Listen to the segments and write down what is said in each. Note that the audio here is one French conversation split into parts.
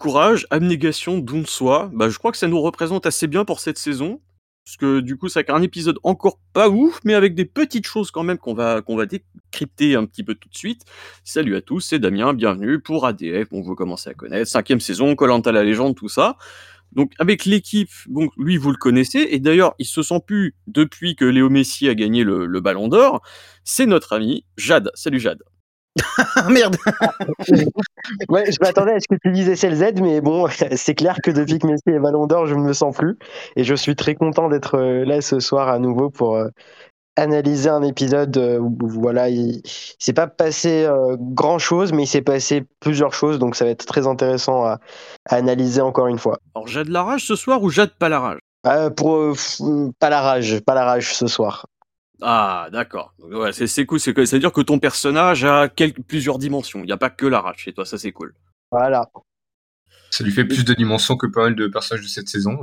courage, abnégation, don de soi. Je crois que ça nous représente assez bien pour cette saison. Parce que du coup, ça crée un épisode encore pas ouf, mais avec des petites choses quand même qu'on va décrypter un petit peu tout de suite. Salut à tous, c'est Damien, bienvenue pour ADF. Bon, vous commencez à connaître, 5e saison, koh la légende, tout ça. Donc avec l'équipe, bon, lui vous le connaissez, et d'ailleurs il se sent plus depuis que Léo Messi a gagné le Ballon d'Or, c'est notre ami Jade. Salut Jade. Ah merde. Ouais, je m'attendais à ce que tu dises SLZ, mais bon, c'est clair que depuis que Messi est Ballon d'Or, je ne me sens plus. Et je suis très content d'être là ce soir à nouveau pour analyser un épisode où voilà, il s'est pas passé grand-chose, mais il s'est passé plusieurs choses, donc ça va être très intéressant à analyser encore une fois. Alors Jade Larage ce soir ou Jade pas la rage? Pas la rage ce soir. Ah d'accord, donc, ouais, c'est cool, c'est-à-dire que ton personnage a plusieurs dimensions, il n'y a pas que la rage chez toi, ça c'est cool. Voilà. Ça lui fait plus de dimensions que pas mal de personnages de cette saison.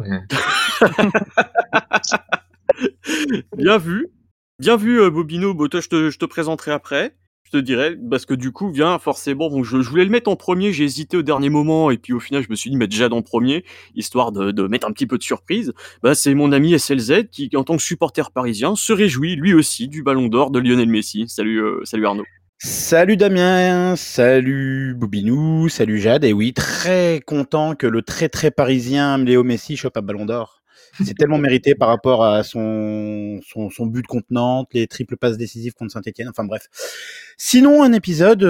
Bien vu Bobino. Bon, toi, je te présenterai après. Je te dirai, parce que du coup, vient forcément. Bon, je voulais le mettre en premier, j'ai hésité au dernier moment, et puis au final, je me suis dit mettre Jade en premier, histoire de mettre un petit peu de surprise. C'est mon ami SLZ qui, en tant que supporter parisien, se réjouit lui aussi du Ballon d'Or de Lionel Messi. Salut Arnaud. Salut Damien, salut Bobinou, salut Jade. Et oui, très content que le très très parisien Léo Messi chope un Ballon d'Or. C'est tellement mérité par rapport à son but contre Nantes, les triples passes décisives contre Saint-Etienne. Enfin bref. Sinon, un épisode,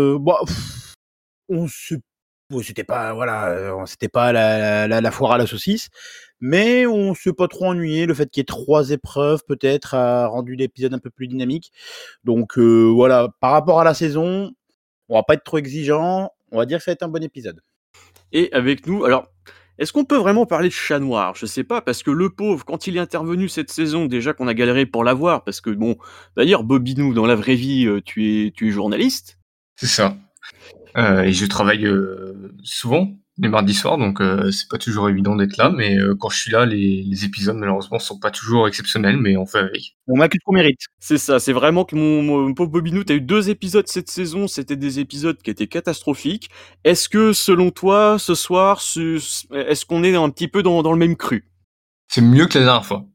c'était pas la foire à la saucisse, mais on s'est pas trop ennuyé. Le fait qu'il y ait 3 épreuves peut-être a rendu l'épisode un peu plus dynamique. Donc voilà, par rapport à la saison, on va pas être trop exigeant. On va dire que ça va être un bon épisode. Et avec nous, alors, est-ce qu'on peut vraiment parler de chat noir? Je sais pas, parce que le pauvre, quand il est intervenu cette saison, déjà qu'on a galéré pour l'avoir, parce que bon, d'ailleurs, Bobinou, dans la vraie vie, tu es journaliste. C'est ça. Et je travaille souvent les mardis soirs, donc c'est pas toujours évident d'être là, mais quand je suis là, les épisodes malheureusement sont pas toujours exceptionnels, mais on fait avec. On a que ce qu'on mérite. C'est ça, c'est vraiment que mon pauvre Bobinou, t'as eu 2 épisodes cette saison, c'était des épisodes qui étaient catastrophiques. Est-ce que, selon toi, ce soir, est-ce qu'on est un petit peu dans le même cru? C'est mieux que la dernière fois.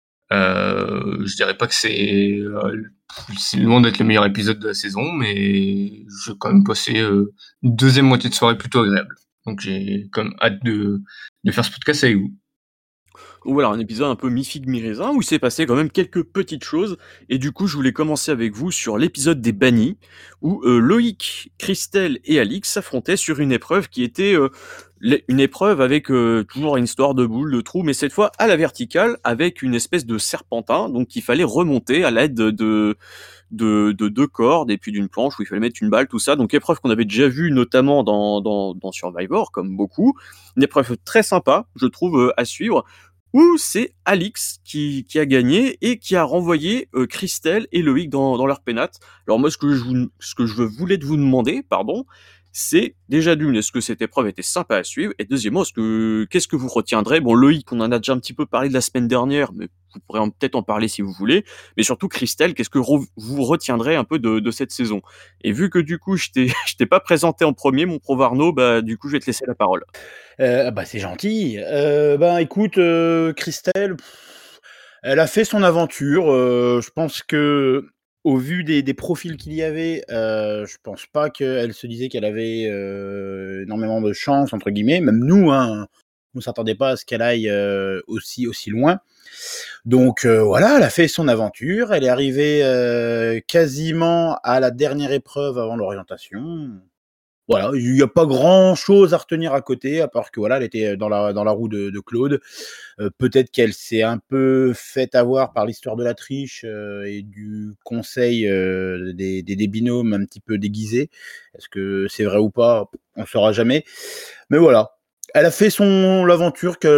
Je dirais pas que c'est loin d'être le meilleur épisode de la saison, mais j'ai quand même passé une deuxième moitié de soirée plutôt agréable. Donc j'ai quand même hâte de faire ce podcast avec vous. Donc voilà, un épisode un peu mi-figue mi-raisin où il s'est passé quand même quelques petites choses. Et du coup, je voulais commencer avec vous sur l'épisode des bannis, où Loïc, Christelle et Alix s'affrontaient sur une épreuve qui était une épreuve avec toujours une histoire de boule, de trou, mais cette fois à la verticale, avec une espèce de serpentin, donc il fallait remonter à l'aide de 2 cordes et puis d'une planche où il fallait mettre une balle, tout ça. Donc épreuve qu'on avait déjà vue notamment dans Survivor, comme beaucoup. Une épreuve très sympa, je trouve, à suivre, où c'est Alix qui a gagné et qui a renvoyé Christelle et Loïc dans leur pénate. Alors moi, ce que je voulais vous demander, pardon, c'est déjà d'une, est-ce que cette épreuve était sympa à suivre, et deuxièmement, qu'est-ce que vous retiendrez? Bon, Loïc, on en a déjà un petit peu parlé de la semaine dernière, mais vous pourrez peut-être en parler si vous voulez, mais surtout Christelle, qu'est-ce que vous retiendrez un peu de cette saison? Et vu que du coup, je t'ai pas présenté en premier, mon pauvre Arnaud, du coup, je vais te laisser la parole. C'est gentil. Écoute, Christelle, elle a fait son aventure. Je pense que au vu des profils qu'il y avait, je pense pas qu'elle se disait qu'elle avait énormément de chance entre guillemets. Même nous, hein, on s'attendait pas à ce qu'elle aille aussi loin. Donc voilà, elle a fait son aventure. Elle est arrivée quasiment à la dernière épreuve avant l'orientation. Voilà, il n'y a pas grand-chose à retenir à côté, à part que voilà, elle était dans la roue de Claude. Peut-être qu'elle s'est un peu fait avoir par l'histoire de la triche et du conseil des binômes un petit peu déguisés. Est-ce que c'est vrai ou pas? On ne saura jamais. Mais voilà, elle a fait l'aventure qu'elle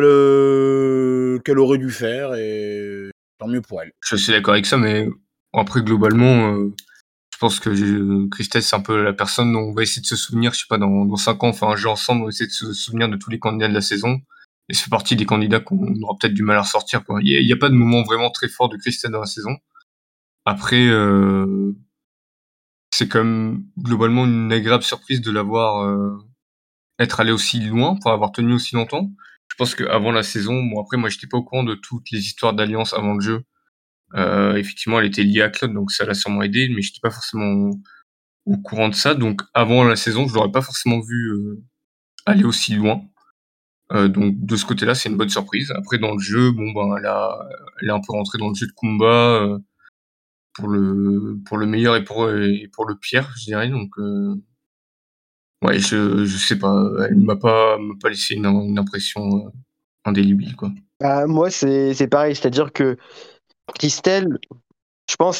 aurait dû faire et tant mieux pour elle. Je suis d'accord avec ça, mais après globalement, je pense que Christelle, c'est un peu la personne dont on va essayer de se souvenir, je sais pas, dans 5 ans, on fait un jeu ensemble, on va essayer de se souvenir de tous les candidats de la saison. Et c'est fait partie des candidats qu'on aura peut-être du mal à ressortir, quoi. Il y a pas de moment vraiment très fort de Christelle dans la saison. Après, c'est quand même globalement une agréable surprise de l'avoir être allé aussi loin, pour avoir tenu aussi longtemps. Je pense qu'avant la saison, bon après moi j'étais pas au courant de toutes les histoires d'alliance avant le jeu. Effectivement, elle était liée à Claude, donc ça l'a sûrement aidé, mais j'étais pas forcément au courant de ça. Donc avant la saison, je l'aurais pas forcément vu aller aussi loin. Donc de ce côté-là, c'est une bonne surprise. Après dans le jeu, bon ben elle est un peu rentrée dans le jeu de combat pour le meilleur et pour le pire, je dirais. Donc ouais, je sais pas, elle m'a pas laissé une impression indélébile quoi. Bah, moi, c'est pareil, c'est-à-dire que Christelle, je pense,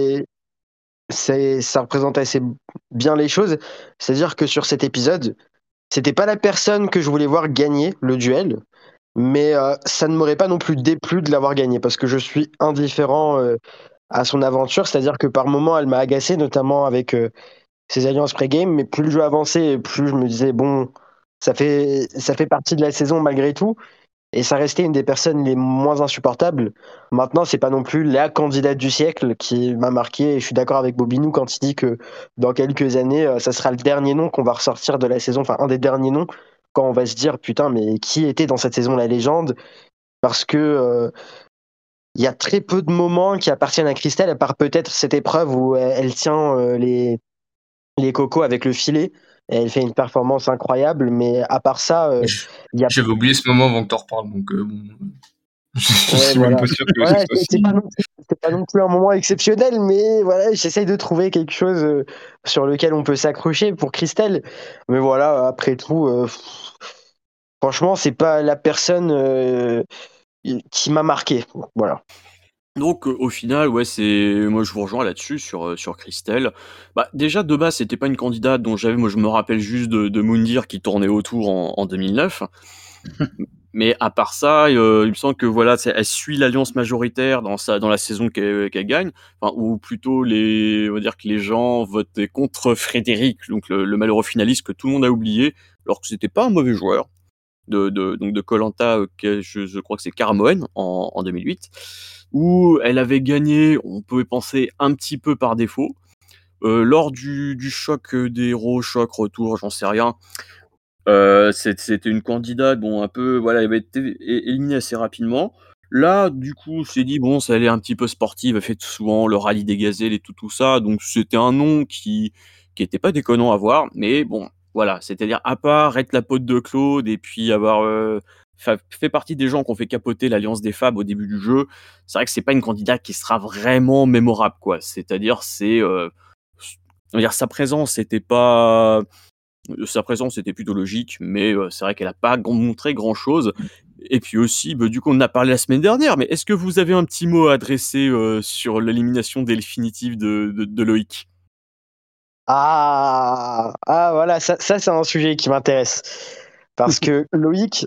ça représente assez bien les choses. C'est-à-dire que sur cet épisode, c'était pas la personne que je voulais voir gagner le duel, mais ça ne m'aurait pas non plus déplu de l'avoir gagné parce que je suis indifférent à son aventure. C'est-à-dire que par moments, elle m'a agacé, notamment avec ses alliances pré-game, mais plus le jeu avançait, plus je me disais, bon, ça fait partie de la saison malgré tout. Et ça restait une des personnes les moins insupportables. Maintenant, c'est pas non plus la candidate du siècle qui m'a marqué. Et je suis d'accord avec Bobinou quand il dit que dans quelques années, ça sera le dernier nom qu'on va ressortir de la saison, enfin un des derniers noms, quand on va se dire putain, mais qui était dans cette saison la légende? Parce que il y a très peu de moments qui appartiennent à Christelle, à part peut-être cette épreuve où elle tient les cocos avec le filet. Et elle fait une performance incroyable, mais à part ça, il y a J'avais oublié ce moment avant que t'en reparles, donc bon. Je ouais, suis même voilà. pas sûr que ce Voilà, soit si. c'est pas non plus un moment exceptionnel, mais voilà, j'essaye de trouver quelque chose sur lequel on peut s'accrocher pour Christelle. Mais voilà, après tout, franchement, c'est pas la personne qui m'a marqué. Voilà. Donc au final, ouais, moi je vous rejoins là-dessus sur Christelle. Bah déjà de base, c'était pas une candidate dont moi je me rappelle juste de Moundir qui tournait autour en 2009. Mais à part ça, il me semble que voilà, elle suit l'alliance majoritaire dans la saison qu'elle gagne, enfin, ou plutôt on va dire que les gens votaient contre Frédéric, donc le malheureux finaliste que tout le monde a oublié, alors que c'était pas un mauvais joueur donc de Koh-Lanta, je crois que c'est Caramoën en 2008, où elle avait gagné, on pouvait penser un petit peu par défaut, lors du choc des héros, choc retour, j'en sais rien. C'était une candidate, bon, un peu, voilà, elle avait été éliminée assez rapidement. Là, du coup, c'est dit, bon, ça allait un petit peu sportive, elle fait souvent le rallye des gazelles et tout ça, donc c'était un nom qui était pas déconnant à voir, mais bon, voilà, c'est-à-dire, à part être la pote de Claude et puis avoir fait partie des gens qui ont fait capoter l'Alliance des Fab au début du jeu, c'est vrai que c'est pas une candidate qui sera vraiment mémorable, quoi. C'est-à-dire, on va dire, sa présence était plutôt logique, mais c'est vrai qu'elle n'a pas montré grand-chose. Et puis aussi, du coup, on en a parlé la semaine dernière, mais est-ce que vous avez un petit mot à adresser sur l'élimination définitive de Loïc? Voilà, ça c'est un sujet qui m'intéresse. Parce que Loïc,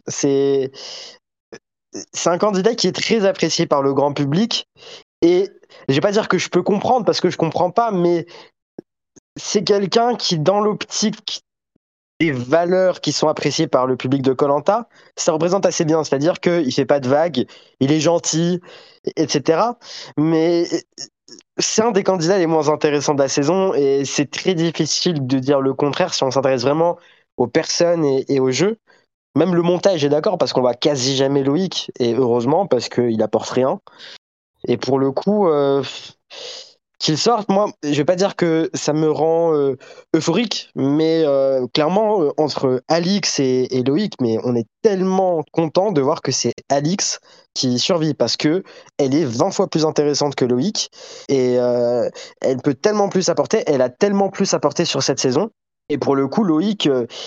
c'est un candidat qui est très apprécié par le grand public. Et je vais pas dire que je peux comprendre parce que je comprends pas, mais c'est quelqu'un qui, dans l'optique des valeurs qui sont appréciées par le public de Koh-Lanta, ça représente assez bien. C'est-à-dire qu'il fait pas de vagues, il est gentil, etc. Mais c'est un des candidats les moins intéressants de la saison et c'est très difficile de dire le contraire si on s'intéresse vraiment aux personnes et au jeu. Même le montage est d'accord parce qu'on voit quasi jamais Loïc et heureusement parce qu'il apporte rien. Et pour le coup, qu'il sorte, moi, je vais pas dire que ça me rend euphorique, mais clairement, entre Alix et Loïc, mais on est tellement content de voir que c'est Alix qui survit parce que elle est 20 fois plus intéressante que Loïc et elle peut tellement plus apporter, elle a tellement plus apporté sur cette saison. Et pour le coup, Loïc,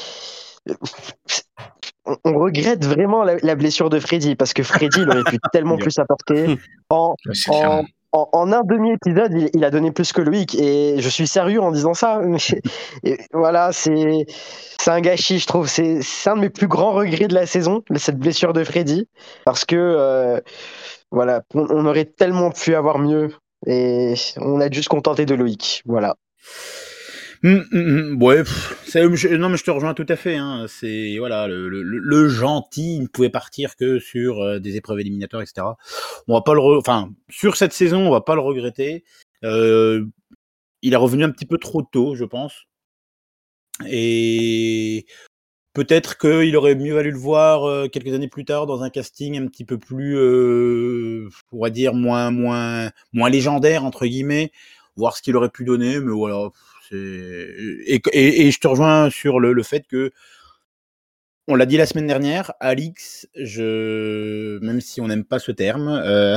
on regrette vraiment la blessure de Freddy parce que Freddy, il aurait pu tellement plus apporter. En, Ouais, c'est clair. en, en un demi-épisode, il a donné plus que Loïc. Et je suis sérieux en disant ça. Et voilà, c'est un gâchis, je trouve. C'est un de mes plus grands regrets de la saison, cette blessure de Freddy. Parce que, voilà, on aurait tellement pu avoir mieux. Et on a dû se contenter de Loïc. Voilà. Ouais, non mais je te rejoins tout à fait. Hein. C'est voilà le gentil ne pouvait partir que sur des épreuves éliminatoires, etc. On va pas enfin sur cette saison, on va pas le regretter. Il est revenu un petit peu trop tôt, je pense. Et peut-être qu'il aurait mieux valu le voir quelques années plus tard dans un casting un petit peu plus, on va dire, moins légendaire, entre guillemets, voir ce qu'il aurait pu donner, mais voilà. Et je te rejoins sur le fait que, on l'a dit la semaine dernière, Alix, même si on n'aime pas ce terme,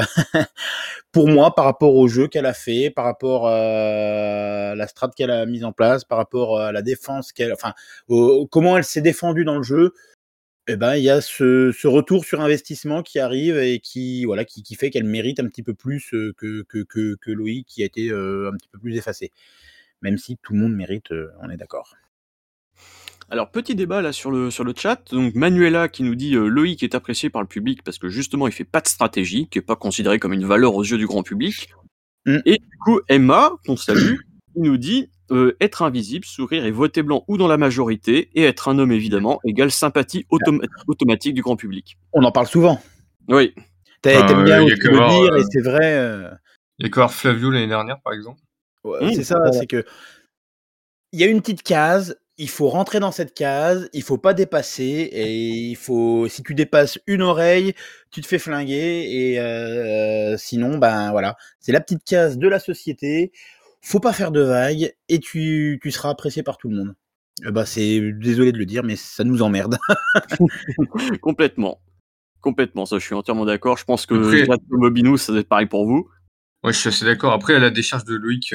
pour moi, par rapport au jeu qu'elle a fait, par rapport à la strat qu'elle a mise en place, par rapport à la défense comment elle s'est défendue dans le jeu, eh ben, il y a ce retour sur investissement qui arrive et qui fait qu'elle mérite un petit peu plus que Loïc, qui a été un petit peu plus effacé. Même si tout le monde mérite, on est d'accord. Alors, petit débat là sur le chat. Donc, Manuela qui nous dit Loïc est apprécié par le public parce que justement il fait pas de stratégie, qui est pas considéré comme une valeur aux yeux du grand public. Et du coup, Emma, qu'on salue, qui nous dit être invisible, sourire et voter blanc ou dans la majorité, et être un homme évidemment, égale sympathie automatique du grand public. On en parle souvent. Oui. T'aimes bien aussi le dire, et c'est vrai. Il y a qu'à voir Flavio l'année dernière, par exemple. Ouais, c'est ça, c'est que il y a une petite case, il faut rentrer dans cette case, il faut pas dépasser, et si tu dépasses une oreille, tu te fais flinguer, et sinon, ben voilà, c'est la petite case de la société, faut pas faire de vagues, et tu seras apprécié par tout le monde. C'est désolé de le dire, mais ça nous emmerde. Complètement, ça je suis entièrement d'accord. Je pense que Mobinou, ça doit être pareil pour vous. Ouais, je suis assez d'accord. Après, à la décharge de Loïc,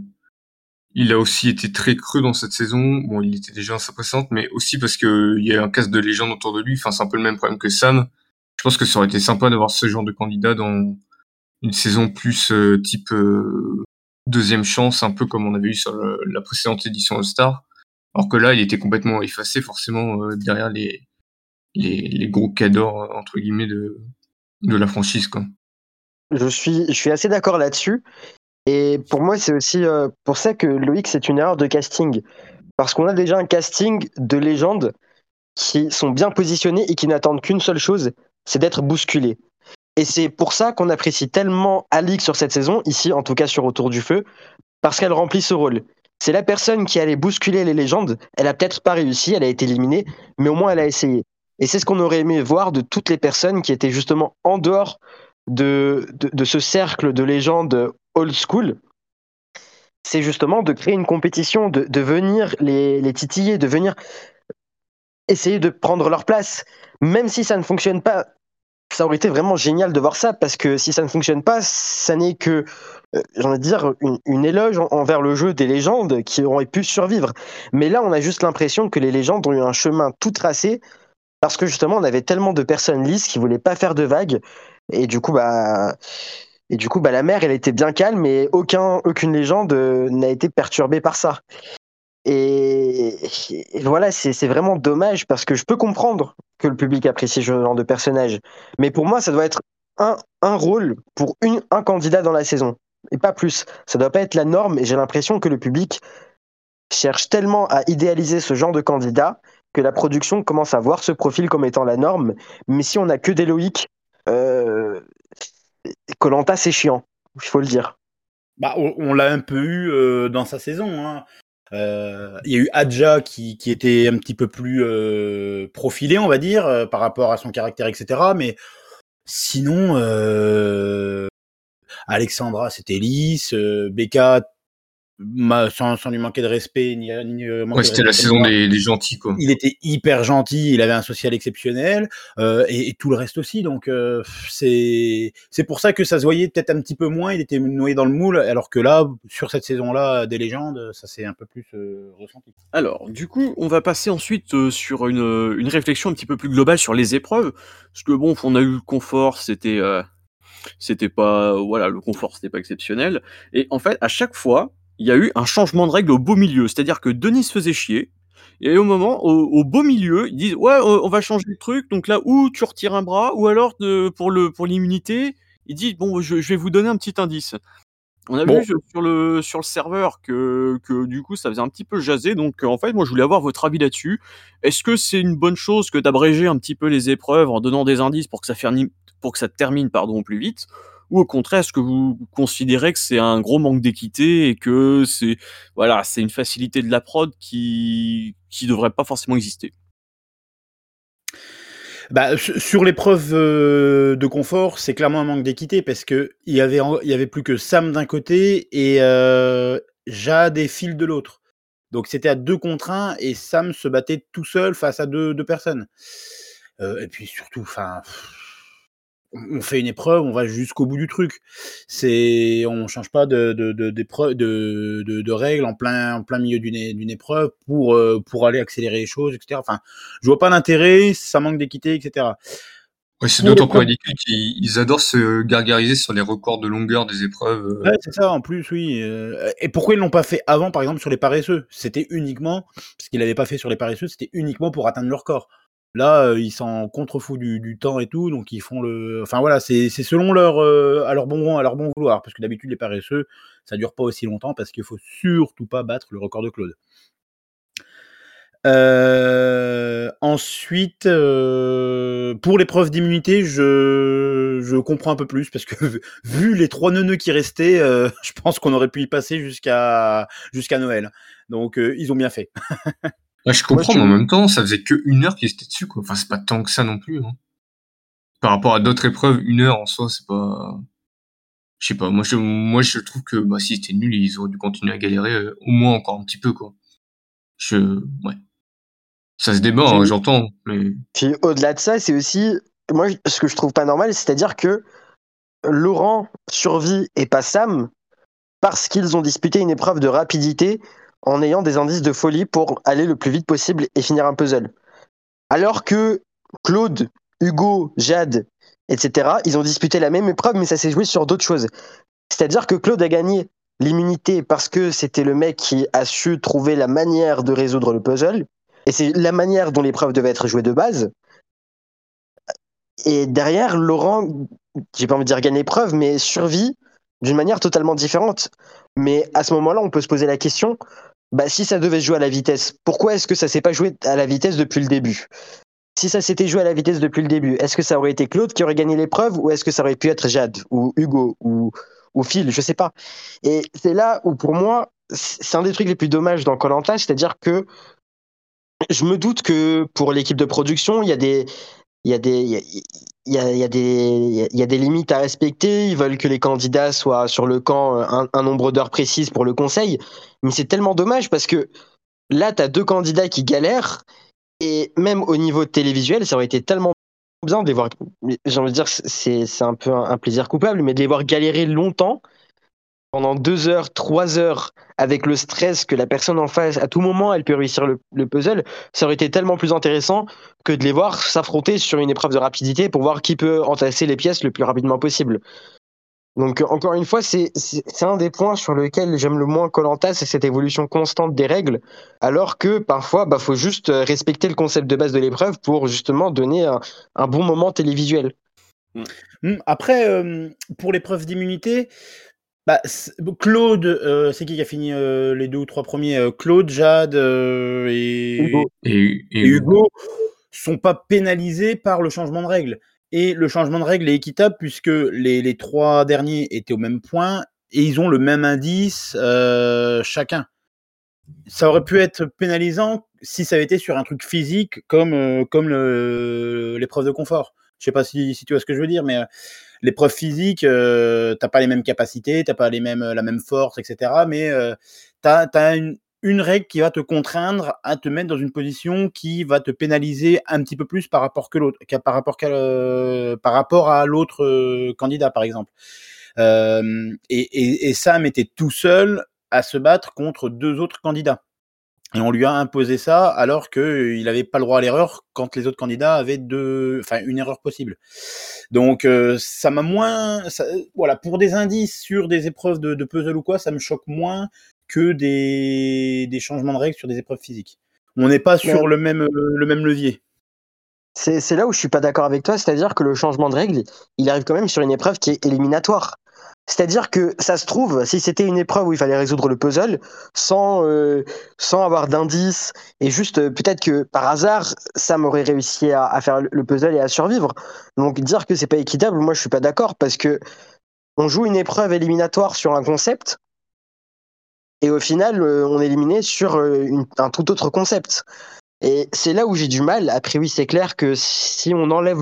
il a aussi été très creux dans cette saison. Bon, il était déjà en sa précédente, mais aussi parce que il y a un cast de légende autour de lui. Enfin, c'est un peu le même problème que Sam. Je pense que ça aurait été sympa d'avoir ce genre de candidat dans une saison plus type deuxième chance, un peu comme on avait eu sur la précédente édition All-Star. Alors que là, il était complètement effacé, forcément, derrière les gros cadors, entre guillemets, de la franchise, quoi. Je suis assez d'accord là-dessus. Et pour moi, c'est aussi pour ça que Loïc, c'est une erreur de casting. Parce qu'on a déjà un casting de légendes qui sont bien positionnés et qui n'attendent qu'une seule chose, c'est d'être bousculés. Et c'est pour ça qu'on apprécie tellement Alix sur cette saison, ici en tout cas sur Autour du Feu, parce qu'elle remplit ce rôle. C'est la personne qui allait bousculer les légendes. Elle a peut-être pas réussi, elle a été éliminée, mais au moins elle a essayé. Et c'est ce qu'on aurait aimé voir de toutes les personnes qui étaient justement en dehors de ce cercle de légendes old school. C'est justement de créer une compétition, de venir les titiller, de venir essayer de prendre leur place. Même si ça ne fonctionne pas, ça aurait été vraiment génial de voir ça, parce que si ça ne fonctionne pas, ça n'est que, j'ai envie de dire, une éloge envers le jeu des légendes qui auraient pu survivre. Mais là, on a juste l'impression que les légendes ont eu un chemin tout tracé, parce que justement, on avait tellement de personnes lisses qui voulaient pas faire de vagues, et du coup, la mer, elle était bien calme, et aucune légende n'a été perturbée par ça. Et voilà, c'est vraiment dommage, parce que je peux comprendre que le public apprécie ce genre de personnage. Mais pour moi, ça doit être un rôle pour un candidat dans la saison, et pas plus. Ça doit pas être la norme, et j'ai l'impression que le public cherche tellement à idéaliser ce genre de candidat que la production commence à voir ce profil comme étant la norme. Mais si on n'a que des Loïc, Koh-Lanta, c'est chiant, il faut le dire. On l'a un peu eu dans sa saison, hein. Il y a eu Adja qui était un petit peu plus profilé, on va dire, par rapport à son caractère, etc. Mais sinon, Alexandra, c'était lisse. Becca, sans lui manquer de respect, Ouais, c'était la saison des gentils, quoi. Il était hyper gentil, il avait un social exceptionnel, et tout le reste aussi. Donc c'est pour ça que ça se voyait peut-être un petit peu moins, il était noyé dans le moule, alors que là, sur cette saison-là des légendes, ça s'est un peu plus ressenti. Alors, du coup, on va passer ensuite sur une réflexion un petit peu plus globale sur les épreuves, parce que bon, on a eu le confort, c'était pas, voilà, le confort c'était pas exceptionnel, et en fait, à chaque fois, il y a eu un changement de règle au beau milieu, c'est-à-dire que Denis se faisait chier, et au beau milieu, ils disent ouais, on va changer le truc, donc là où tu retires un bras, ou alors pour l'immunité, ils disent bon, je vais vous donner un petit indice. On a vu sur le serveur que du coup ça faisait un petit peu jaser, donc en fait moi je voulais avoir votre avis là-dessus. Est-ce que c'est une bonne chose que d'abréger un petit peu les épreuves en donnant des indices pour que ça termine plus vite, ou au contraire est-ce que vous considérez que c'est un gros manque d'équité et que c'est une facilité de la prod qui devrait pas forcément exister? Sur l'épreuve de confort, c'est clairement un manque d'équité parce que il y avait plus que Sam d'un côté et Jade et Phil de l'autre. Donc c'était à 2 contre 1 et Sam se battait tout seul face à deux personnes. Et puis surtout, enfin, on fait une épreuve, on va jusqu'au bout du truc. On change pas de règles en plein milieu d'une épreuve pour aller accélérer les choses, etc. Enfin, je vois pas l'intérêt, ça manque d'équité, etc. Ouais, c'est Pour d'autant plus l'épreuve, ridicule qu'ils adorent se gargariser sur les records de longueur des épreuves. ouais, c'est ça en plus, oui. Et pourquoi ils l'ont pas fait avant, par exemple, sur les paresseux? C'était uniquement parce qu'ils l'avaient pas fait sur les paresseux, c'était uniquement pour atteindre leur record. Là, ils s'en contrefoutent du temps et tout, donc ils font le. Enfin voilà, c'est selon à leur bon vouloir, parce que d'habitude les paresseux, ça dure pas aussi longtemps parce qu'il faut surtout pas battre le record de Claude. Ensuite, pour l'épreuve d'immunité, je comprends un peu plus parce que vu les 3 neuneux qui restaient, je pense qu'on aurait pu y passer jusqu'à Noël. Donc ils ont bien fait. Ouais, je Moi, comprends, mais en même temps, ça faisait que 1 heure qu'ils étaient dessus, quoi. Enfin, c'est pas tant que ça non plus, hein. Par rapport à d'autres épreuves, 1 heure en soi, c'est pas. Je sais pas, moi je trouve que bah, si c'était nul, ils auraient dû continuer à galérer au moins encore un petit peu, quoi. Ouais. Ça se débat, hein, j'ai- j'entends, mais. Puis au-delà de ça, c'est aussi, moi, ce que je trouve pas normal, c'est-à-dire que Laurent survit et pas Sam parce qu'ils ont disputé une épreuve de rapidité en ayant des indices de folie pour aller le plus vite possible et finir un puzzle. Alors que Claude, Hugo, Jade, etc., ils ont disputé la même épreuve, mais ça s'est joué sur d'autres choses. C'est-à-dire que Claude a gagné l'immunité parce que c'était le mec qui a su trouver la manière de résoudre le puzzle, et c'est la manière dont l'épreuve devait être jouée de base. Et derrière, Laurent, j'ai pas envie de dire gagne l'épreuve, mais survit d'une manière totalement différente. Mais à ce moment-là, on peut se poser la question, bah, si ça devait se jouer à la vitesse, pourquoi est-ce que ça s'est pas joué à la vitesse depuis le début? Si ça s'était joué à la vitesse depuis le début, est-ce que ça aurait été Claude qui aurait gagné l'épreuve ou est-ce que ça aurait pu être Jade ou Hugo ou Phil, je sais pas. Et c'est là où pour moi, c'est un des trucs les plus dommages dans koh, c'est-à-dire que je me doute que pour l'équipe de production, il y a des, il y a des, il y a des limites à respecter. Ils veulent que les candidats soient sur le camp un nombre d'heures précises pour le conseil. Mais c'est tellement dommage parce que là, tu as 2 candidats qui galèrent et même au niveau télévisuel, ça aurait été tellement bien de les voir. J'ai envie de dire, c'est un peu un plaisir coupable, mais de les voir galérer longtemps pendant 2 heures, 3 heures, avec le stress que la personne en face, à tout moment, elle peut réussir le puzzle, ça aurait été tellement plus intéressant que de les voir s'affronter sur une épreuve de rapidité pour voir qui peut entasser les pièces le plus rapidement possible. Donc, encore une fois, c'est un des points sur lesquels j'aime le moins koh, c'est cette évolution constante des règles, alors que parfois, bah, faut juste respecter le concept de base de l'épreuve pour justement donner un bon moment télévisuel. Après, pour l'épreuve d'immunité, Claude, c'est qui a fini les 2 ou 3 premiers? Claude, Jade Hugo. et Hugo sont pas pénalisés par le changement de règle. Et le changement de règle est équitable puisque les 3 derniers étaient au même point et ils ont le même indice chacun. Ça aurait pu être pénalisant si ça avait été sur un truc physique comme l'épreuve de confort. Je sais pas si tu vois ce que je veux dire, mais l'épreuve physique, t'as pas les mêmes capacités, t'as pas la même force, etc. Mais t'as une règle qui va te contraindre à te mettre dans une position qui va te pénaliser un petit peu plus par rapport à l'autre candidat, par exemple. Et Sam était tout seul à se battre contre 2 autres candidats. Et on lui a imposé ça alors qu'il n'avait pas le droit à l'erreur quand les autres candidats avaient une erreur possible. Donc ça m'a voilà, pour des indices sur des épreuves de puzzle ou quoi, ça me choque moins que des changements de règles sur des épreuves physiques. On n'est pas sur le même levier. C'est là où je suis pas d'accord avec toi, c'est-à-dire que le changement de règle, il arrive quand même sur une épreuve qui est éliminatoire. C'est-à-dire que ça se trouve, si c'était une épreuve où il fallait résoudre le puzzle sans avoir d'indice et juste peut-être que par hasard, Sam aurait réussi à faire le puzzle et à survivre. Donc dire que c'est pas équitable, moi je suis pas d'accord parce que on joue une épreuve éliminatoire sur un concept et au final on est éliminé sur un tout autre concept. Et c'est là où j'ai du mal. Après, oui, c'est clair que si on enlève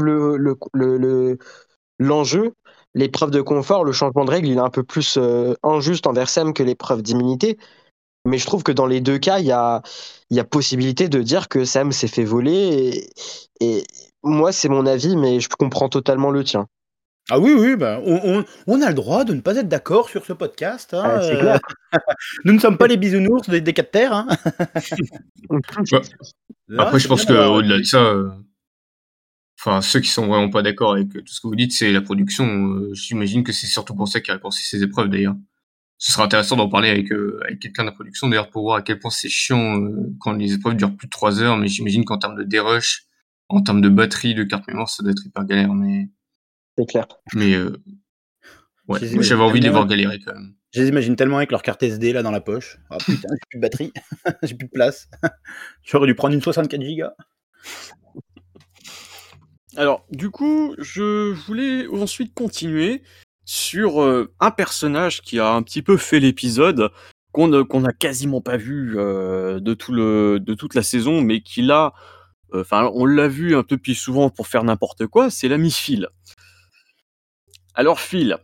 l'enjeu, l'épreuve de confort, le changement de règle, il est un peu plus injuste envers Sam que l'épreuve d'immunité. Mais je trouve que dans les deux cas, il y a possibilité de dire que Sam s'est fait voler. Et moi, c'est mon avis, mais je comprends totalement le tien. Ah oui, bah, on a le droit de ne pas être d'accord sur ce podcast. Hein, C'est clair. Nous ne sommes pas les bisounours des 4 terres. Hein. Après, je pense c'est bien d'avoir- qu'au-delà de ça, enfin, ceux qui sont vraiment pas d'accord avec tout ce que vous dites, c'est la production. J'imagine que c'est surtout pour ça qu'il a raccourci ces épreuves, d'ailleurs. Ce sera intéressant d'en parler avec quelqu'un de la production, d'ailleurs, pour voir à quel point c'est chiant quand les épreuves durent plus de 3 heures. Mais j'imagine qu'en termes de dérush, en termes de batterie, de carte mémoire, ça doit être hyper galère. C'est clair. Mais ouais, moi, j'avais envie de les voir galérer quand même. Je les imagine tellement avec leur carte SD là dans la poche. Ah putain, j'ai plus de batterie, j'ai plus de place. J'aurais dû prendre une 64 Go. Alors, du coup, je voulais ensuite continuer sur un personnage qui a un petit peu fait l'épisode, qu'on n'a quasiment pas vu de toute la saison, mais qui là, enfin, on l'a vu un peu plus souvent pour faire n'importe quoi, c'est l'ami Phil. Alors Phil,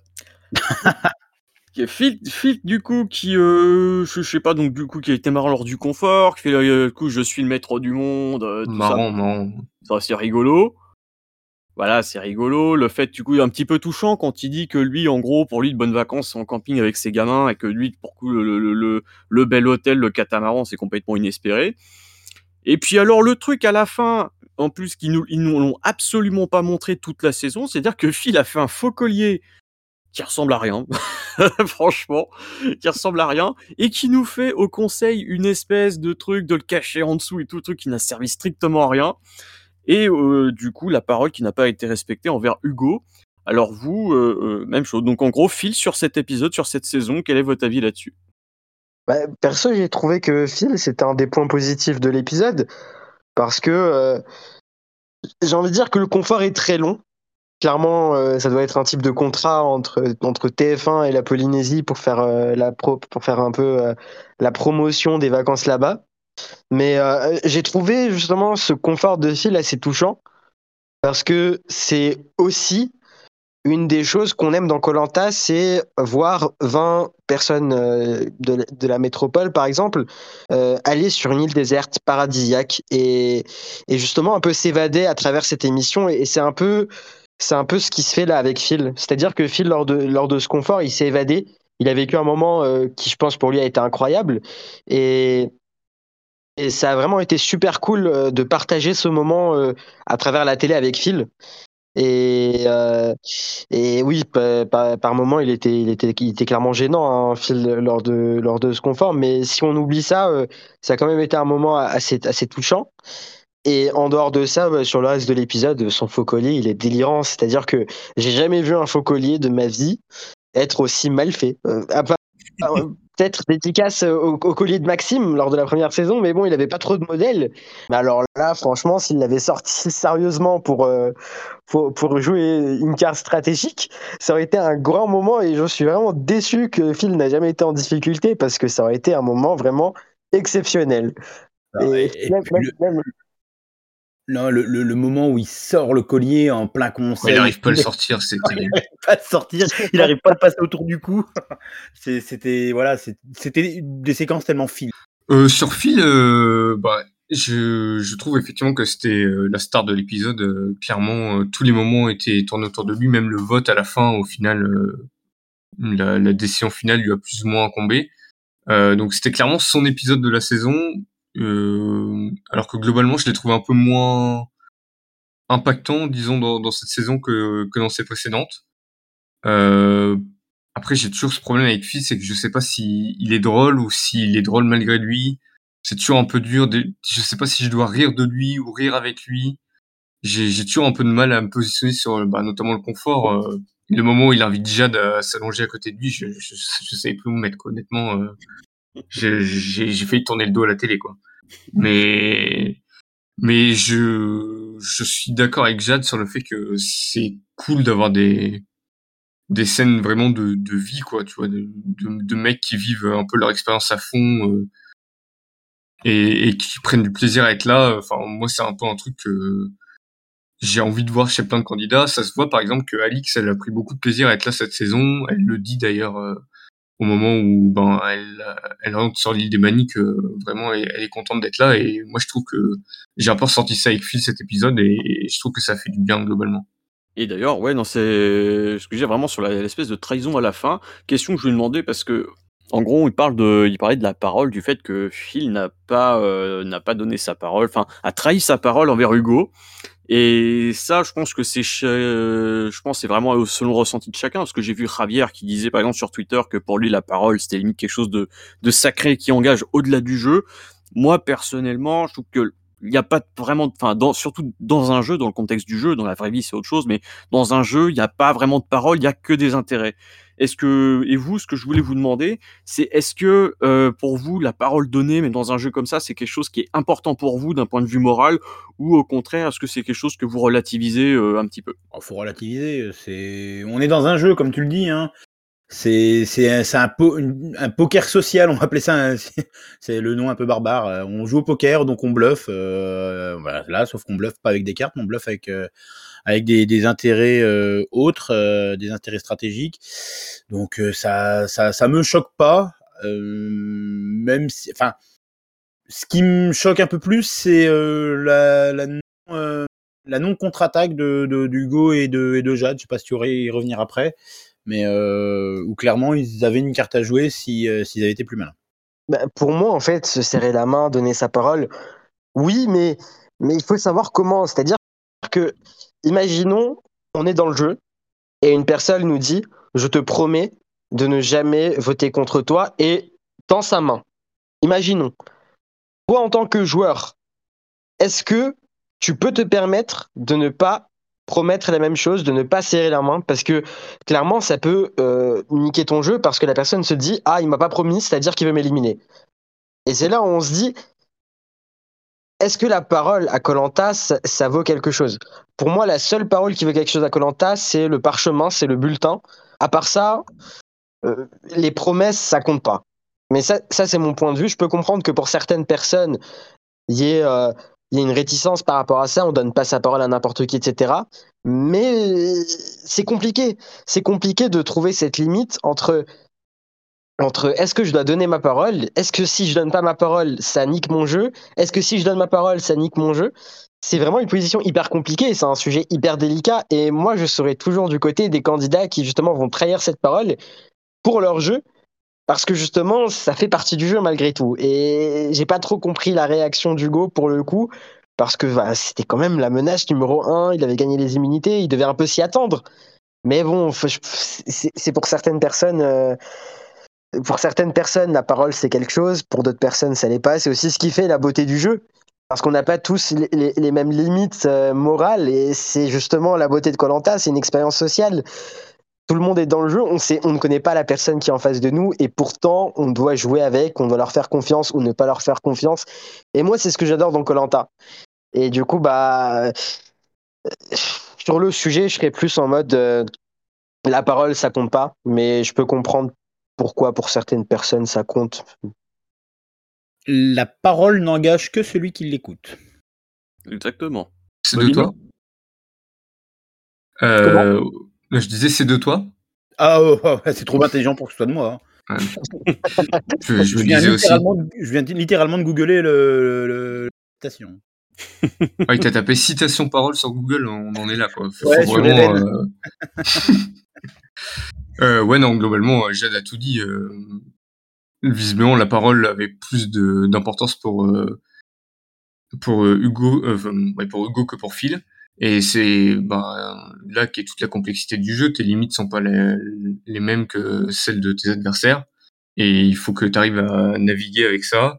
du coup, qui, je sais pas, donc du coup, qui a été marrant lors du confort, qui fait, du coup, je suis le maître du monde, tout ça. Marrant. Ça, c'est rigolo. Voilà, c'est rigolo. Le fait, du coup, un petit peu touchant quand il dit que lui, en gros, pour lui, de bonnes vacances en camping avec ses gamins et que lui, pour coup, le bel hôtel, le catamaran, c'est complètement inespéré. Et puis alors, le truc à la fin, en plus, ils nous l'ont absolument pas montré toute la saison, c'est-à-dire que Phil a fait un faux collier qui ressemble à rien, franchement, qui ressemble à rien, et qui nous fait au conseil une espèce de truc de le cacher en dessous et tout, truc qui n'a servi strictement à rien. Et du coup, la parole qui n'a pas été respectée envers Hugo. Alors vous, même chose. Donc en gros, Phil, sur cet épisode, sur cette saison, quel est votre avis là-dessus ? Perso, j'ai trouvé que Phil, c'était un des points positifs de l'épisode, parce que j'ai envie de dire que le confort est très long. Clairement, ça doit être un type de contrat entre TF1 et la Polynésie pour faire pour faire un peu la promotion des vacances là-bas. Mais j'ai trouvé justement ce confort de Phil assez touchant parce que c'est aussi une des choses qu'on aime dans Koh-Lanta, c'est voir 20 personnes de la métropole, par exemple, aller sur une île déserte paradisiaque et justement un peu s'évader à travers cette émission. Et c'est un peu ce qui se fait là avec Phil. C'est-à-dire que Phil, lors de ce confort, il s'est évadé. Il a vécu un moment qui, je pense, pour lui a été incroyable. Et ça a vraiment été super cool de partager ce moment à travers la télé avec Phil. Et oui, par moment, il était clairement gênant, hein, Phil, lors de ce confort. Mais si on oublie ça, ça a quand même été un moment assez touchant. Et en dehors de ça, sur le reste de l'épisode, son faux collier, il est délirant. C'est-à-dire que j'ai jamais vu un faux collier de ma vie être aussi mal fait. Peut-être dédicace au collier de Maxime lors de la première saison, mais bon, il avait pas trop de modèles. Mais alors là, franchement, s'il l'avait sorti sérieusement pour jouer une carte stratégique, ça aurait été un grand moment et je suis vraiment déçu que Phil n'a jamais été en difficulté parce que ça aurait été un moment vraiment exceptionnel. Non, le moment où il sort le collier en plein conseil. Il n'arrive pas à le sortir, c'est terrible. Il n'arrive pas à le sortir, il n'arrive pas à le passer autour du cou. C'était des séquences tellement fines. Sur Phil, je trouve effectivement que c'était la star de l'épisode. Clairement, tous les moments étaient tournés autour de lui, même le vote à la fin, au final, la décision finale lui a plus ou moins incombé. Donc c'était clairement son épisode de la saison, alors que globalement, je l'ai trouvé un peu moins impactant, disons, dans cette saison que dans ses précédentes. Après, j'ai toujours ce problème avec Phil, c'est que je sais pas si il est drôle ou s'il est drôle malgré lui. C'est toujours un peu dur. Je sais pas si je dois rire de lui ou rire avec lui. J'ai toujours un peu de mal à me positionner sur, notamment le confort. Le moment où il invite Jade à s'allonger à côté de lui, je savais plus où me mettre, quoi. Honnêtement, j'ai failli tourner le dos à la télé, quoi. Mais je suis d'accord avec Jade sur le fait que c'est cool d'avoir des scènes vraiment de vie, quoi, tu vois, de mecs qui vivent un peu leur expérience à fond. et qui prennent du plaisir à être là. Enfin, moi, c'est un peu un truc que j'ai envie de voir chez plein de candidats. Ça se voit par exemple que Alix, elle a pris beaucoup de plaisir à être là cette saison. Elle le dit d'ailleurs au moment où elle rentre sur l'île des Bannis que vraiment elle est contente d'être là. Et moi, je trouve que j'ai un peu ressenti ça avec Phil cet épisode et je trouve que ça fait du bien globalement. Et d'ailleurs, ouais, non, c'est ce que j'ai vraiment sur l'espèce de trahison à la fin. Question que je lui demandais parce que, en gros, il parlait de la parole, du fait que Phil n'a pas donné sa parole, enfin, a trahi sa parole envers Hugo. Et ça, je pense que c'est vraiment selon le ressenti de chacun, parce que j'ai vu Javier qui disait par exemple sur Twitter que pour lui la parole c'était limite quelque chose de sacré qui engage au-delà du jeu. Moi personnellement, je trouve que il n'y a pas vraiment, enfin, surtout dans un jeu, dans le contexte du jeu, dans la vraie vie c'est autre chose, mais dans un jeu, il n'y a pas vraiment de parole, il y a que des intérêts. Et vous, ce que je voulais vous demander, c'est est-ce que pour vous la parole donnée, mais dans un jeu comme ça, c'est quelque chose qui est important pour vous d'un point de vue moral, ou au contraire, est-ce que c'est quelque chose que vous relativisez un petit peu? Oh, faut relativiser. On est dans un jeu, comme tu le dis, hein. C'est un poker social, on va appeler ça. C'est le nom un peu barbare. On joue au poker, donc on bluffe. Voilà, là, sauf qu'on bluffe pas avec des cartes, on bluffe avec des intérêts autres, des intérêts stratégiques. Donc ça me choque pas, même si, enfin, ce qui me choque un peu plus, c'est la non contre-attaque d'Hugo et de Jade. Je sais pas si tu aurais y revenir après, mais où clairement ils avaient une carte à jouer s'ils avaient été plus malins. Bah, pour moi, en fait, se serrer la main, donner sa parole, oui, mais il faut savoir comment. C'est-à-dire que, imaginons, on est dans le jeu et une personne nous dit, je te promets de ne jamais voter contre toi et tend sa main. Imaginons. Toi, en tant que joueur, est-ce que tu peux te permettre de ne pas promettre la même chose, de ne pas serrer la main, parce que clairement ça peut niquer ton jeu, parce que la personne se dit ah il m'a pas promis, c'est-à-dire qu'il veut m'éliminer. Et c'est là où on se dit est-ce que la parole à Koh-Lanta ça vaut quelque chose? Pour moi la seule parole qui vaut quelque chose à Koh-Lanta c'est le parchemin, c'est le bulletin. À part ça, les promesses ça compte pas. Mais ça c'est mon point de vue. Je peux comprendre que pour certaines personnes il y ait il y a une réticence par rapport à ça, on donne pas sa parole à n'importe qui, etc. Mais c'est compliqué. C'est compliqué de trouver cette limite entre est-ce que je dois donner ma parole? Est-ce que si je donne pas ma parole, ça nique mon jeu? Est-ce que si je donne ma parole, ça nique mon jeu? C'est vraiment une position hyper compliquée, c'est un sujet hyper délicat. Et moi, je serai toujours du côté des candidats qui justement vont trahir cette parole pour leur jeu, parce que justement, ça fait partie du jeu malgré tout. Et j'ai pas trop compris la réaction d'Hugo pour le coup, parce que bah, c'était quand même la menace numéro 1, il avait gagné les immunités, il devait un peu s'y attendre. Mais bon, c'est pour certaines personnes, la parole c'est quelque chose, pour d'autres personnes ça l'est pas. C'est aussi ce qui fait la beauté du jeu. Parce qu'on n'a pas tous les mêmes limites morales, et c'est justement la beauté de Koh-Lanta, c'est une expérience sociale. Tout le monde est dans le jeu, on ne connaît pas la personne qui est en face de nous, et pourtant on doit jouer avec, on doit leur faire confiance ou ne pas leur faire confiance. Et moi c'est ce que j'adore dans Koh-Lanta. Et du coup bah sur le sujet je serais plus en mode la parole ça compte pas, mais je peux comprendre pourquoi pour certaines personnes ça compte. La parole n'engage que celui qui l'écoute. Exactement. C'est de toi Je disais c'est de toi. Ah c'est trop intelligent pour que ce soit de moi. Hein. Je me disais aussi. Je viens littéralement de googler le citation. Ah, il t'a tapé citation parole sur Google, on en est là quoi. Faut Ouais, vraiment. Ouais non, globalement, Jade a tout dit. Visiblement, la parole avait plus d'importance pour Hugo, pour Hugo que pour Phil. Et c'est là qu'est toute la complexité du jeu. Tes limites sont pas les mêmes que celles de tes adversaires. Et il faut que tu arrives à naviguer avec ça.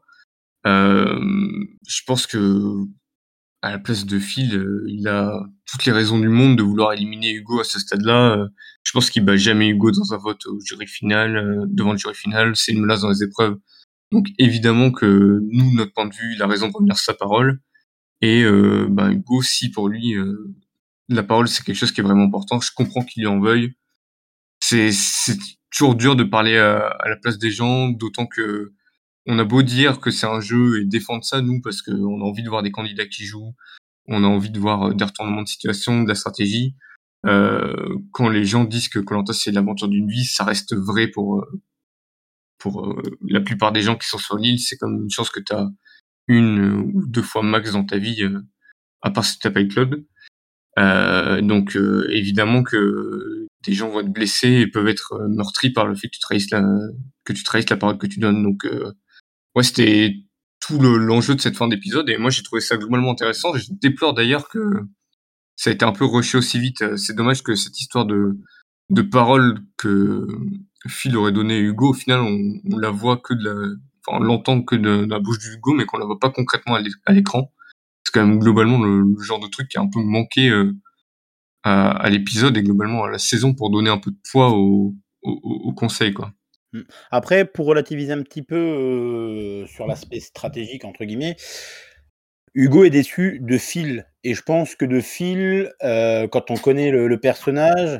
Je pense que à la place de Phil, il a toutes les raisons du monde de vouloir éliminer Hugo à ce stade-là. Je pense qu'il bat jamais Hugo dans un vote au jury final, devant le jury final. C'est une menace dans les épreuves. Donc évidemment que nous, notre point de vue, il a raison de revenir sur sa parole. Et Hugo, si pour lui, la parole c'est quelque chose qui est vraiment important, je comprends qu'il lui en veuille. C'est toujours dur de parler à la place des gens, d'autant que on a beau dire que c'est un jeu et défendre ça, nous, parce qu'on a envie de voir des candidats qui jouent, on a envie de voir des retournements de situation, de la stratégie. Quand les gens disent que Koh-Lanta c'est l'aventure d'une vie, ça reste vrai pour la plupart des gens qui sont sur l'île. C'est comme une chance que t'as une ou deux fois max dans ta vie, à part si t'as pas le club. Donc évidemment que des gens vont être blessés et peuvent être meurtris par le fait que tu trahisses la parole que tu donnes. Donc ouais, c'était tout l'enjeu de cette fin d'épisode, et moi j'ai trouvé ça globalement intéressant. Je déplore d'ailleurs que ça a été un peu rushé aussi vite. C'est dommage que cette histoire de parole que Phil aurait donnée à Hugo, au final on la voit que on l'entend que de la bouche d'Hugo, mais qu'on la voit pas concrètement à l'écran. C'est quand même globalement le genre de truc qui a un peu manqué à l'épisode et globalement à la saison, pour donner un peu de poids au conseil, quoi. Après, pour relativiser un petit peu sur l'aspect stratégique, entre guillemets, Hugo est déçu de Phil. Et je pense que de Phil, quand on connaît le personnage,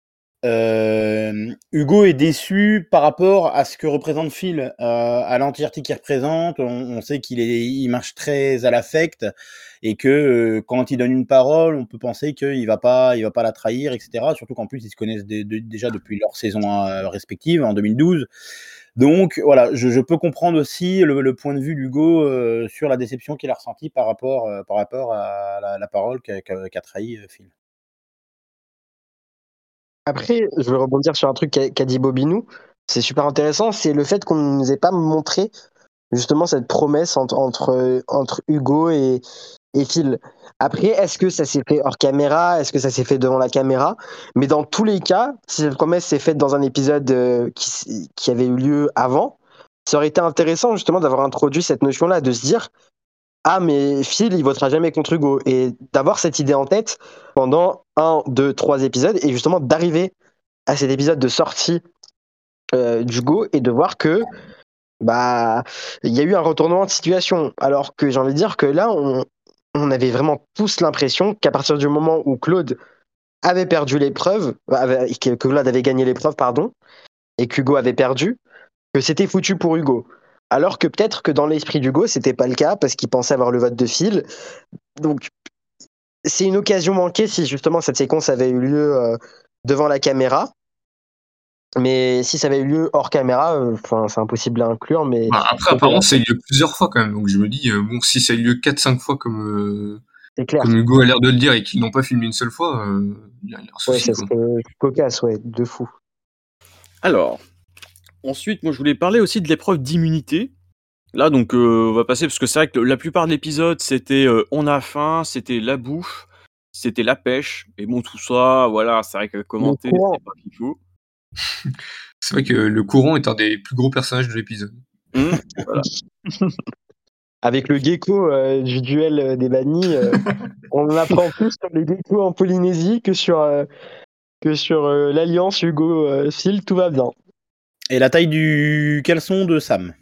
Hugo est déçu par rapport à ce que représente Phil, à l'entièreté qu'il représente. On sait il marche très à l'affect, et que quand il donne une parole, on peut penser qu'il va pas la trahir, etc. Surtout qu'en plus ils se connaissent déjà depuis leur saison respective en 2012. Donc voilà, je peux comprendre aussi le point de vue d'Hugo sur la déception qu'il a ressentie par rapport à la parole qu'a trahi Phil. Après, je veux rebondir sur un truc qu'a dit Bobinou. C'est super intéressant, c'est le fait qu'on ne nous ait pas montré justement cette promesse entre Hugo et Phil. Après, est-ce que ça s'est fait hors caméra? Est-ce que ça s'est fait devant la caméra? Mais dans tous les cas, si cette promesse s'est faite dans un épisode qui avait eu lieu avant, ça aurait été intéressant justement d'avoir introduit cette notion-là, de se dire ah, mais Phil, il votera jamais contre Hugo. Et d'avoir cette idée en tête pendant 1, 2, 3 épisodes, et justement d'arriver à cet épisode de sortie d'Hugo et de voir que bah il y a eu un retournement de situation. Alors que j'ai envie de dire que là, on avait vraiment tous l'impression qu'à partir du moment où Claude avait perdu l'épreuve, que Claude avait gagné l'épreuve, pardon, et qu'Hugo avait perdu, que c'était foutu pour Hugo. Alors que peut-être que dans l'esprit d'Hugo, c'était pas le cas parce qu'il pensait avoir le vote de Phil. Donc, c'est une occasion manquée si justement cette séquence avait eu lieu devant la caméra. Mais si ça avait eu lieu hors caméra, c'est impossible à inclure. Mais Après, apparemment, ça a eu lieu plusieurs fois quand même. Donc je me dis, bon, si ça a eu lieu 4-5 fois comme c'est clair. Hugo a l'air de le dire, et qu'ils n'ont pas filmé une seule fois, il y a un souci. Ouais, ça serait cocasse, ouais, de fou. Alors, ensuite, moi je voulais parler aussi de l'épreuve d'immunité. Là, donc, on va passer, parce que c'est vrai que la plupart de l'épisode, c'était on a faim, c'était la bouffe, c'était la pêche, et bon, tout ça, voilà, c'est vrai que commenter, c'est pas fifou. C'est vrai que le courant est un des plus gros personnages de l'épisode. Voilà. Avec le gecko du duel des bannis, on en apprend plus sur les geckos en Polynésie que sur l'alliance Hugo-Phil, tout va bien. Et la taille du caleçon de Sam.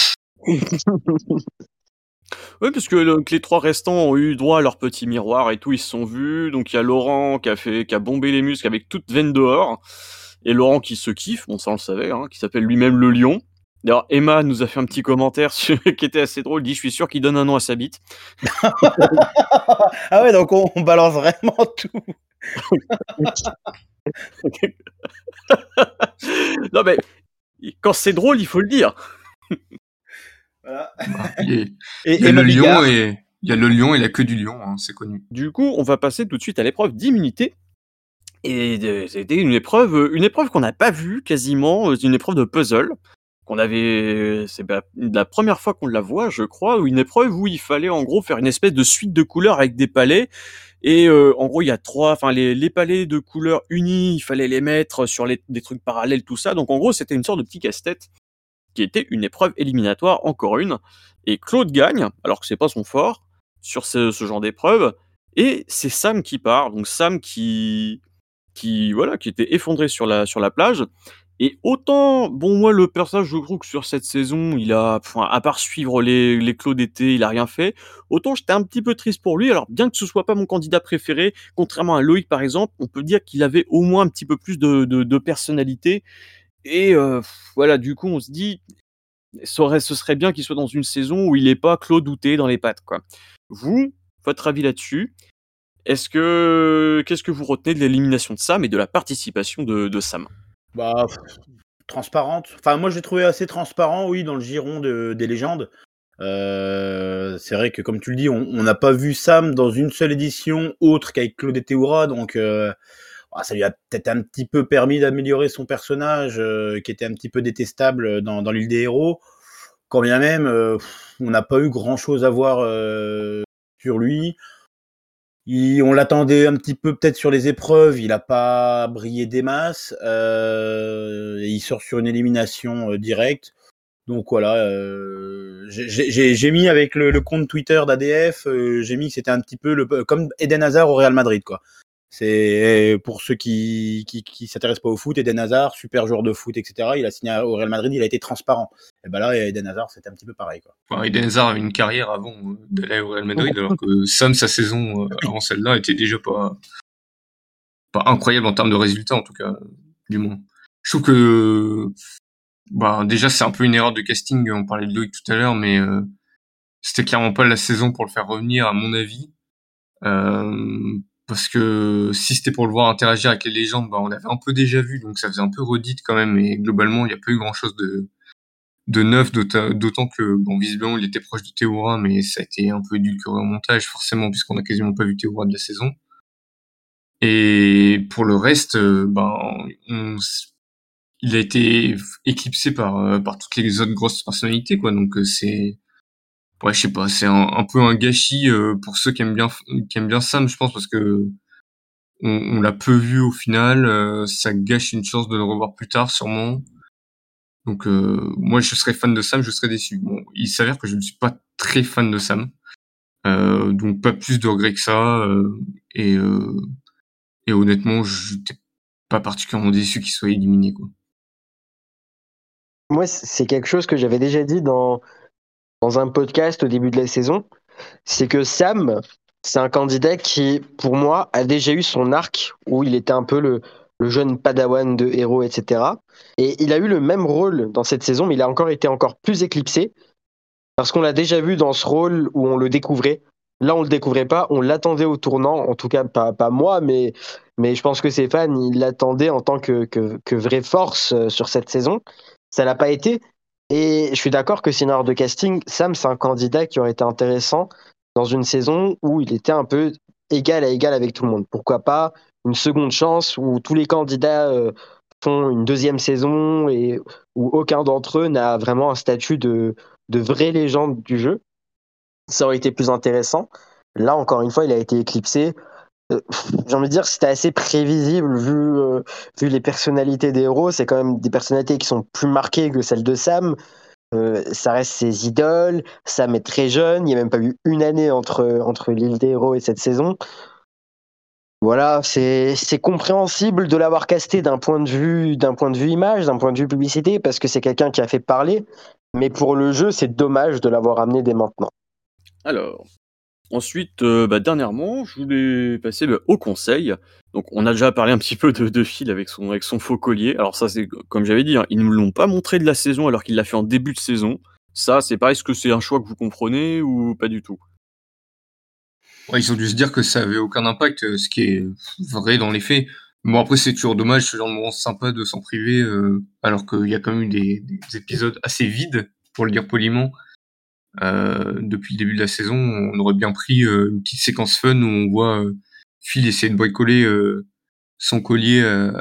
Oui, parce que les 3 restants ont eu droit à leur petit miroir et tout, ils se sont vus. Donc il y a Laurent qui a bombé les muscles avec toute veine dehors. Et Laurent qui se kiffe, bon ça on le savait, hein, qui s'appelle lui-même le lion. D'ailleurs, Emma nous a fait un petit commentaire qui était assez drôle, dit « Je suis sûr qu'il donne un nom à sa bite ». Ah ouais, donc on balance vraiment tout. Non mais, quand c'est drôle, il faut le dire. Voilà. Il y a le lion et la queue du lion, hein, c'est connu. Du coup, on va passer tout de suite à l'épreuve d'immunité. Et c'était une épreuve qu'on n'a pas vue quasiment, une épreuve de puzzle. C'est la première fois qu'on la voit, je crois, ou une épreuve où il fallait en gros faire une espèce de suite de couleurs avec des palets. Et en gros, il y a les palets de couleurs unis, il fallait les mettre sur des trucs parallèles, tout ça. Donc en gros, c'était une sorte de petit casse-tête qui était une épreuve éliminatoire, encore une. Et Claude gagne, alors que c'est pas son fort, sur ce genre d'épreuve. Et c'est Sam qui part. Donc Sam qui était effondré sur la plage. Et autant, bon, moi, le personnage, je trouve que sur cette saison, à part suivre les clos d'été, il a rien fait. Autant j'étais un petit peu triste pour lui. Alors, bien que ce soit pas mon candidat préféré, contrairement à Loïc, par exemple, on peut dire qu'il avait au moins un petit peu plus de personnalité. Et voilà, du coup, on se dit, Ce serait bien qu'il soit dans une saison où il n'est pas Claude Douté dans les pattes, quoi. Vous, votre avis là-dessus? Qu'est-ce que vous retenez de l'élimination de Sam et de la participation de Sam? Bah, transparente. Enfin, moi, je l'ai trouvé assez transparent, oui, dans le giron des légendes. C'est vrai que, comme tu le dis, on n'a pas vu Sam dans une seule édition autre qu'avec Claude et Théoura, donc ça lui a peut-être un petit peu permis d'améliorer son personnage, qui était un petit peu détestable dans l'île des héros. Quand bien même, on n'a pas eu grand-chose à voir sur lui. On l'attendait un petit peu peut-être sur les épreuves, il a pas brillé des masses, et il sort sur une élimination directe. Donc voilà, j'ai mis avec le compte Twitter d'ADF, j'ai mis que c'était un petit peu comme Eden Hazard au Real Madrid, quoi. C'est pour ceux qui s'intéressent pas au foot, Eden Hazard, super joueur de foot, etc. Il a signé au Real Madrid, il a été transparent. Et ben là, Eden Hazard, c'était un petit peu pareil, quoi. Enfin, Eden Hazard avait une carrière avant d'aller au Real Madrid, alors que Sam, sa saison avant celle-là, était déjà pas incroyable en termes de résultats, en tout cas, du moins. Je trouve que déjà c'est un peu une erreur de casting, on parlait de Loïc tout à l'heure, mais c'était clairement pas la saison pour le faire revenir, à mon avis. Parce que si c'était pour le voir interagir avec les légendes, on l'avait un peu déjà vu, donc ça faisait un peu redite quand même, et globalement, il n'y a pas eu grand-chose de neuf, d'autant que, visiblement, il était proche de Théoura, mais ça a été un peu édulcoré au montage, forcément, puisqu'on a quasiment pas vu Théoura de la saison. Et pour le reste, il a été éclipsé par toutes les autres grosses personnalités, quoi, donc c'est... Ouais, je sais pas, c'est un peu un gâchis pour ceux qui aiment bien Sam, je pense, parce que on l'a peu vu au final, ça gâche une chance de le revoir plus tard, sûrement. Donc moi, je serais fan de Sam, je serais déçu. Bon, il s'avère que je ne suis pas très fan de Sam, donc pas plus de regrets que ça, et honnêtement, j'étais pas particulièrement déçu qu'il soit éliminé, quoi. Moi, c'est quelque chose que j'avais déjà dit dans un podcast au début de la saison. C'est que Sam, c'est un candidat qui, pour moi, a déjà eu son arc où il était un peu le jeune padawan de héros, etc. Et il a eu le même rôle dans cette saison, mais il a encore été encore plus éclipsé parce qu'on l'a déjà vu dans ce rôle où on le découvrait. Là, on le découvrait pas, on l'attendait au tournant, en tout cas pas moi, mais je pense que ses fans, ils l'attendaient en tant que vraie force sur cette saison. Ça l'a pas été. Et je suis d'accord que c'est une erreur de casting. Sam, c'est un candidat qui aurait été intéressant dans une saison où il était un peu égal à égal avec tout le monde. Pourquoi pas une seconde chance où tous les candidats font une deuxième saison et où aucun d'entre eux n'a vraiment un statut de vraie légende du jeu. Ça aurait été plus intéressant. Là, encore une fois, il a été éclipsé. J'ai envie de dire que c'était assez prévisible vu les personnalités des héros. C'est quand même des personnalités qui sont plus marquées que celles de Sam. Ça reste ses idoles. Sam est très jeune. Il n'y a même pas eu une année entre l'île des héros et cette saison. Voilà, c'est compréhensible de l'avoir casté d'un point de vue image, d'un point de vue publicité, parce que c'est quelqu'un qui a fait parler. Mais pour le jeu, c'est dommage de l'avoir amené dès maintenant. Alors, ensuite, dernièrement, je voulais passer au conseil. Donc, on a déjà parlé un petit peu de Phil avec son faux collier. Alors ça, c'est comme j'avais dit, ils ne nous l'ont pas montré de la saison alors qu'il l'a fait en début de saison. Ça, c'est pareil, est-ce que c'est un choix que vous comprenez ou pas du tout? Ouais, ils ont dû se dire que ça avait aucun impact, ce qui est vrai dans les faits. Bon, après, c'est toujours dommage, ce genre de moment sympa de s'en priver, alors qu'il y a quand même eu des épisodes assez vides, pour le dire poliment. Depuis le début de la saison, on aurait bien pris une petite séquence fun où on voit Phil essayer de bricoler son collier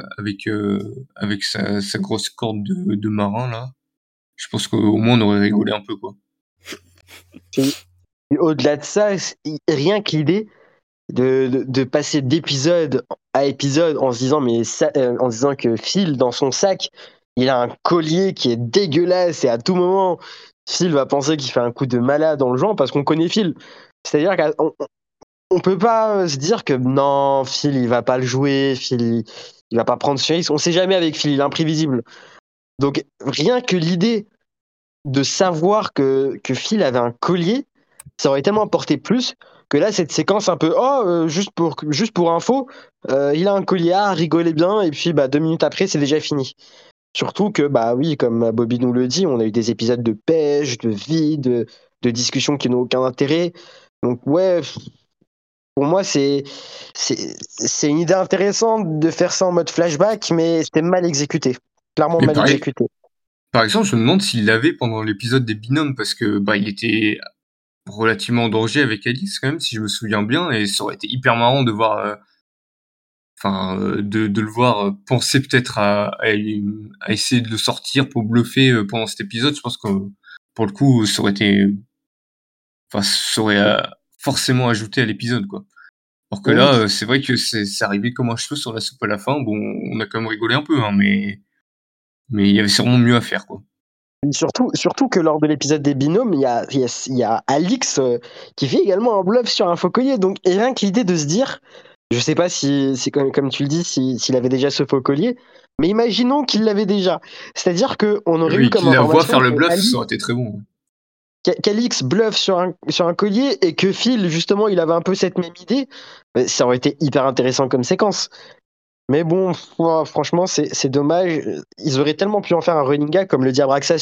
avec sa grosse corde de marin, là. Je pense qu'au moins, on aurait rigolé un peu, quoi. Et au-delà de ça, rien que l'idée de passer d'épisode à épisode en se disant que Phil, dans son sac, il a un collier qui est dégueulasse et à tout moment, Phil va penser qu'il fait un coup de malade dans le genre parce qu'on connaît Phil. C'est-à-dire qu'on peut pas se dire que non, Phil, il va pas le jouer, Phil, il va pas prendre ce risque. On sait jamais avec Phil, il est imprévisible. Donc, rien que l'idée de savoir que Phil avait un collier, ça aurait tellement apporté plus que là, cette séquence un peu, juste pour info, il a un collier, rigolez bien, et puis 2 minutes après, c'est déjà fini. Surtout que, bah oui, comme Bobby nous le dit, on a eu des épisodes de pêche, de vie, de discussions qui n'ont aucun intérêt. Donc ouais, pour moi, c'est une idée intéressante de faire ça en mode flashback, mais c'était mal exécuté. Clairement Mais mal exécuté. par exemple, je me demande s'il l'avait pendant l'épisode des binômes, parce que bah il était relativement en danger avec Alice quand même, si je me souviens bien, et ça aurait été hyper marrant de voir, de le voir penser peut-être à essayer de le sortir pour bluffer pendant cet épisode. Je pense que pour le coup, ça aurait forcément ajouté à l'épisode, quoi. Alors que Oui. là, c'est vrai que c'est arrivé comme un cheveu sur la soupe à la fin. Bon, on a quand même rigolé un peu, hein, mais il y avait sûrement mieux à faire, quoi. Et surtout que lors de l'épisode des binômes, il y a Alix qui fait également un bluff sur un faux collier. Donc, et rien que l'idée de se dire, je sais pas si comme tu le dis, s'il avait déjà ce faux collier, mais imaginons qu'il l'avait déjà. C'est-à-dire qu'on aurait eu Oui, comme qu'il la voit faire information le que bluff, ça aurait été très bon. qu'Alix bluffe sur un collier et que Phil, justement, il avait un peu cette même idée. Ça aurait été hyper intéressant comme séquence. Mais bon, franchement, c'est dommage. Ils auraient tellement pu en faire un running gag, comme le dit Abraxas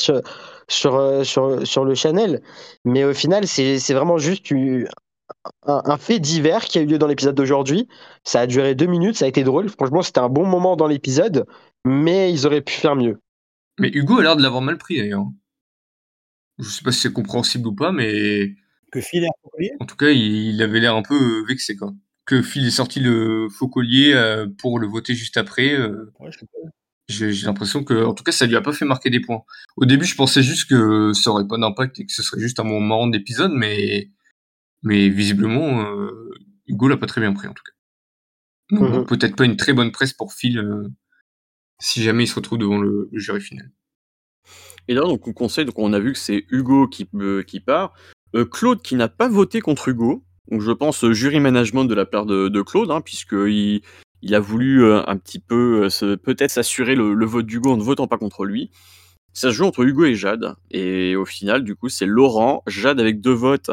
sur le Channel. Mais au final, c'est vraiment juste un fait divers qui a eu lieu dans l'épisode d'aujourd'hui. Ça a duré 2 minutes, ça a été drôle. Franchement, c'était un bon moment dans l'épisode, mais ils auraient pu faire mieux. Mais Hugo a l'air de l'avoir mal pris, d'ailleurs. Je sais pas si c'est compréhensible ou pas, mais Que Phil ait un faux collier. en tout cas, il avait l'air un peu vexé, quoi. Que Phil ait sorti le faux collier pour le voter juste après. Ouais, je sais pas. J'ai l'impression que, en tout cas, ça lui a pas fait marquer des points. Au début, je pensais juste que ça aurait pas d'impact et que ce serait juste un moment marrant d'épisode, mais visiblement, Hugo l'a pas très bien pris, en tout cas. Donc bon, Mhm. peut-être pas une très bonne presse pour Phil si jamais il se retrouve devant le jury final. Et là, donc, on a vu que c'est Hugo qui part. Claude qui n'a pas voté contre Hugo. Donc, je pense jury management de la part de Claude, hein, puisqu'il il a voulu un petit peu peut-être s'assurer le vote d'Hugo en ne votant pas contre lui. Ça se joue entre Hugo et Jade. Et au final, du coup, c'est Laurent, Jade avec 2 votes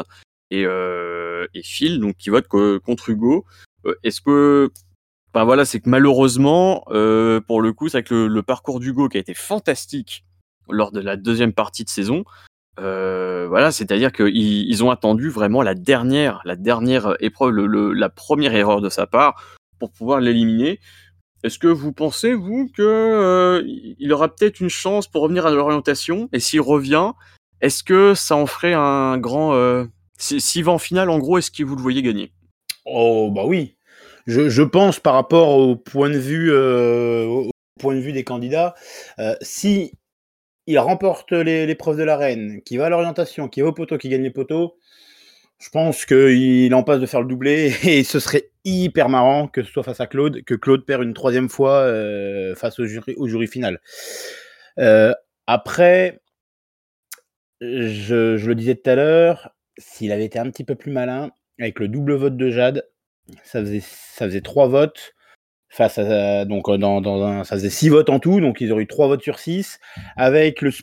et Phil donc, qui vote contre Hugo. Est-ce que. Enfin voilà, c'est que malheureusement, pour le coup, c'est que le parcours d'Hugo qui a été fantastique lors de la deuxième partie de saison, voilà, c'est-à-dire qu'ils ont attendu vraiment la dernière épreuve, la première erreur de sa part pour pouvoir l'éliminer. Est-ce que vous pensez, vous, que il aura peut-être une chance pour revenir à l'orientation? Et s'il revient, est-ce que ça en ferait un grand... s'il va en finale, en gros, est-ce que vous le voyez gagner? Oh, bah oui. Je pense par rapport au point de vue, des candidats, si il remporte l'épreuve de l'arène, qui va à l'orientation, qui va au poteau, qui gagne les poteaux, je pense qu'il en passe de faire le doublé et ce serait hyper marrant que ce soit face à Claude, que Claude perd une 3e fois face au jury final. Après, je le disais tout à l'heure, s'il avait été un petit peu plus malin, avec le double vote de Jade, ça faisait 3 votes face à donc ça faisait 6 votes en tout, donc ils auraient eu 3 votes sur 6 avec le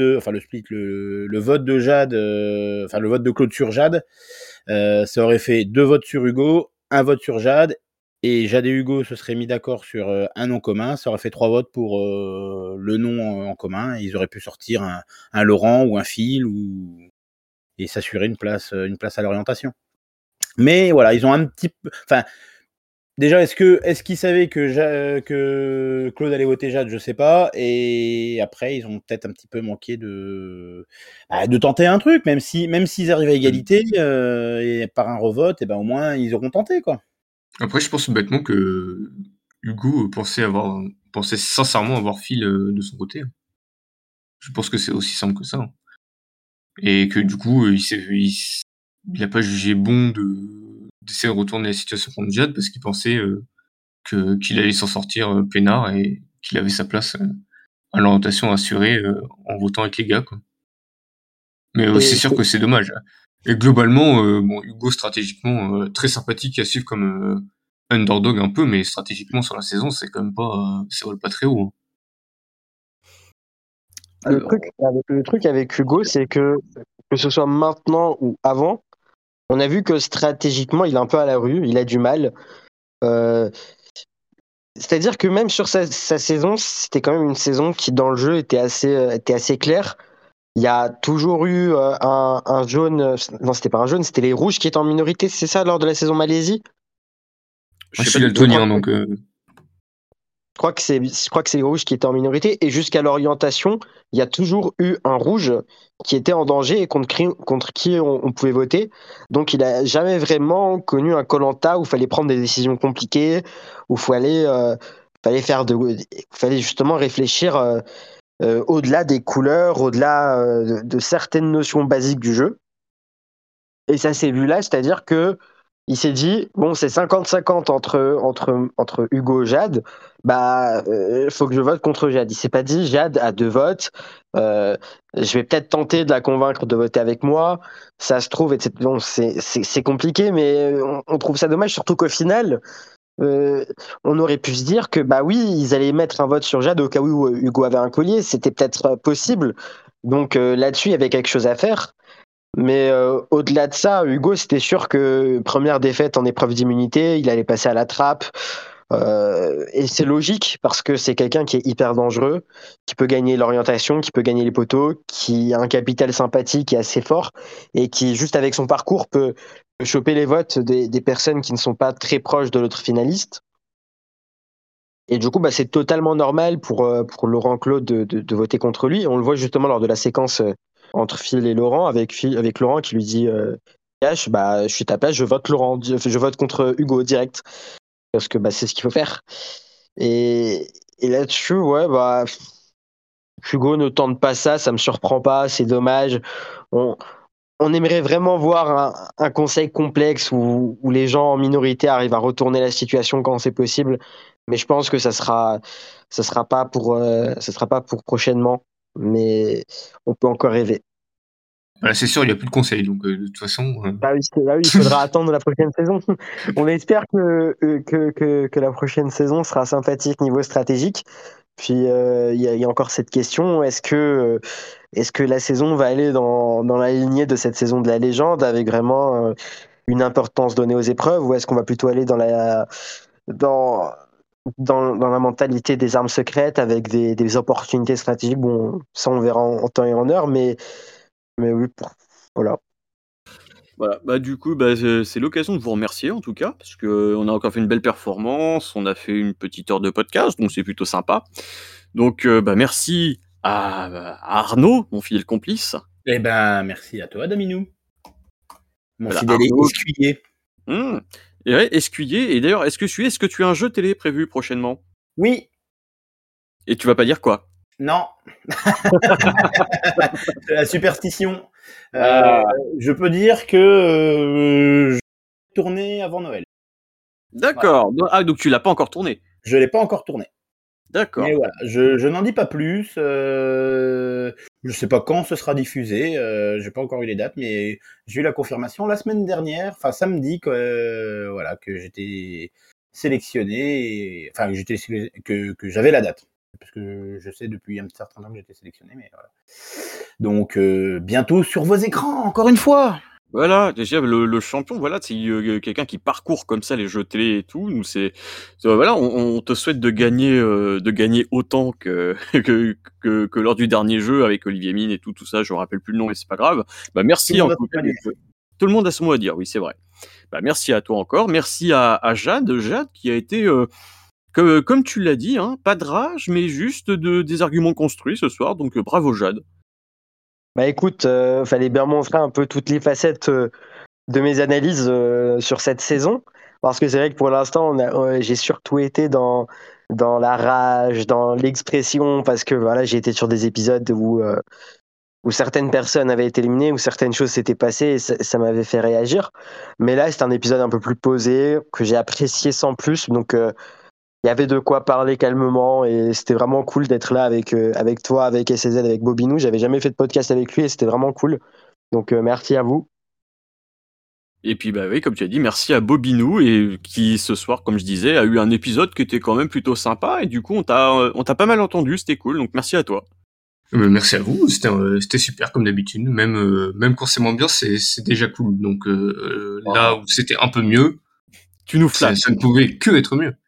vote de Jade, le vote de Claude sur Jade, ça aurait fait 2 votes sur Hugo, 1 vote sur Jade, et Jade et Hugo se seraient mis d'accord sur un nom commun, ça aurait fait 3 votes pour le nom en commun, et ils auraient pu sortir un Laurent ou un Phil et s'assurer une place à l'orientation. Mais voilà, ils ont un petit peu, déjà, est-ce qu'ils savaient que Claude allait voter Jade? Je sais pas. Et après, ils ont peut-être un petit peu manqué de tenter un truc, même s'ils arrivent à égalité et par un revote, et ben au moins ils auront tenté, quoi. Après, je pense bêtement que Hugo pensait sincèrement avoir Phil de son côté. Je pense que c'est aussi simple que ça, hein. Et que du coup, il a pas jugé bon d'essayer de retourner la situation contre Jade parce qu'il pensait qu'il allait s'en sortir peinard et qu'il avait sa place à l'orientation assurée en votant avec les gars, quoi. Mais c'est sûr que c'est dommage. Et globalement, bon, Hugo stratégiquement très sympathique à suivre comme underdog un peu, mais stratégiquement sur la saison, c'est quand même pas, ça vole pas très haut, hein. Le truc avec Hugo, c'est que ce soit maintenant ou avant, on a vu que stratégiquement, il est un peu à la rue, il a du mal. Euh, C'est-à-dire que même sur sa saison, c'était quand même une saison qui, dans le jeu, était assez claire. Il y a toujours eu un jaune. Non, c'était pas un jaune, c'était les rouges qui étaient en minorité, c'est ça, lors de la saison Malaisie? Je Je sais suis pas du tout. daltonien, donc Je crois que c'est les rouges qui étaient en minorité. Et jusqu'à l'orientation, il y a toujours eu un rouge qui était en danger et contre qui on pouvait voter. Donc il a jamais vraiment connu un koh-lanta où il fallait prendre des décisions compliquées, où fallait justement réfléchir au-delà des couleurs, au-delà de certaines notions basiques du jeu. Et ça s'est vu là, c'est-à-dire que il s'est dit, bon, c'est 50-50 entre Hugo et Jade, bah, faut que je vote contre Jade. Il s'est pas dit, Jade a 2 votes, euh, je vais peut-être tenter de la convaincre de voter avec moi, ça se trouve, etc. Bon, c'est compliqué, mais on trouve ça dommage, surtout qu'au final, euh, on aurait pu se dire que, bah oui, ils allaient mettre un vote sur Jade au cas où Hugo avait un collier, c'était peut-être possible. Donc là-dessus, il y avait quelque chose à faire. Mais au-delà de ça, Hugo, c'était sûr que première défaite en épreuve d'immunité, il allait passer à la trappe. Et c'est logique parce que c'est quelqu'un qui est hyper dangereux, qui peut gagner l'orientation, qui peut gagner les poteaux, qui a un capital sympathique qui est assez fort et qui, juste avec son parcours, peut choper les votes des personnes qui ne sont pas très proches de l'autre finaliste. Et du coup, bah, c'est totalement normal pour Laurent Claude de voter contre lui. On le voit justement lors de la séquence entre Phil et Laurent, avec Laurent qui lui dit Cash, bah, je suis ta place, je vote Laurent, je vote contre Hugo direct. Parce que bah, c'est ce qu'il faut faire. Et là-dessus, ouais, bah, Hugo ne tente pas ça, ça me surprend pas, c'est dommage. On, on aimerait vraiment voir un conseil complexe où les gens en minorité arrivent à retourner la situation quand c'est possible. Mais je pense que ça sera pas pour prochainement. Mais on peut encore rêver. voilà, c'est sûr, il n'y a plus de conseils. Donc, de toute façon, Bah oui, il faudra attendre la prochaine saison. On espère que la prochaine saison sera sympathique niveau stratégique. Puis il y a encore cette question, est-ce que la saison va aller dans la lignée de cette saison de la légende avec vraiment une importance donnée aux épreuves, ou est-ce qu'on va plutôt aller dans, dans la mentalité des armes secrètes avec des opportunités stratégiques? Bon, ça on verra en temps et en heure, mais oui, voilà. Voilà. Bah, du coup, bah, c'est l'occasion de vous remercier en tout cas, parce que on a encore fait une belle performance, on a fait une petite heure de podcast, donc c'est plutôt sympa. Donc, bah, merci à Arnaud, mon fidèle complice. Eh ben, merci à toi, Daminou. Mon Voilà, fidèle Arnaud. escuyer. Et ouais, Escuyer. Et d'ailleurs, est-ce que tu as un jeu télé prévu prochainement? Oui, Et tu vas pas dire quoi? non. C'est la superstition. Ah. Je peux dire que je vais tourner avant Noël. D'accord. Ah, donc tu l'as pas encore tourné. Je l'ai pas encore tourné. D'accord. Mais voilà, je n'en dis pas plus. Je sais pas quand ce sera diffusé. J'ai pas encore eu les dates, mais j'ai eu la confirmation la semaine dernière, enfin samedi, voilà, que j'étais sélectionné, enfin que j'avais la date, parce que je sais depuis un certain temps que j'étais sélectionné, mais voilà. Donc bientôt sur vos écrans, encore une fois. Voilà, déjà le champion, voilà, c'est quelqu'un qui parcourt comme ça les jeux télé et tout. Nous, voilà, on te souhaite de gagner autant que lors du dernier jeu avec Olivier Mine et tout ça. Je me rappelle plus le nom, mais c'est pas grave. Bah merci en tout cas. Tout le monde a son mot à dire, oui, c'est vrai. Bah merci à toi encore, merci à Jade qui a été comme tu l'as dit, hein, pas de rage, mais juste des arguments construits ce soir. Donc bravo Jade. Bah écoute, fallait bien montrer un peu toutes les facettes de mes analyses sur cette saison, parce que c'est vrai que pour l'instant, j'ai surtout été dans la rage, dans l'expression, parce que voilà, j'ai été sur des épisodes où certaines personnes avaient été éliminées, où certaines choses s'étaient passées, et ça m'avait fait réagir. Mais là, c'est un épisode un peu plus posé, que j'ai apprécié sans plus, donc il y avait de quoi parler calmement, et c'était vraiment cool d'être là avec toi, avec SZ, avec Bobinou. J'avais jamais fait de podcast avec lui, et c'était vraiment cool. Donc merci à vous. Et puis bah oui, comme tu as dit, merci à Bobinou et qui ce soir, comme je disais, a eu un épisode qui était quand même plutôt sympa et du coup on t'a pas mal entendu, c'était cool, donc merci à toi. Merci à vous, c'était super comme d'habitude. Même quand c'est moins bien, c'est déjà cool. Donc là où c'était un peu mieux, Tu nous flattes. ça ne pouvait que être mieux.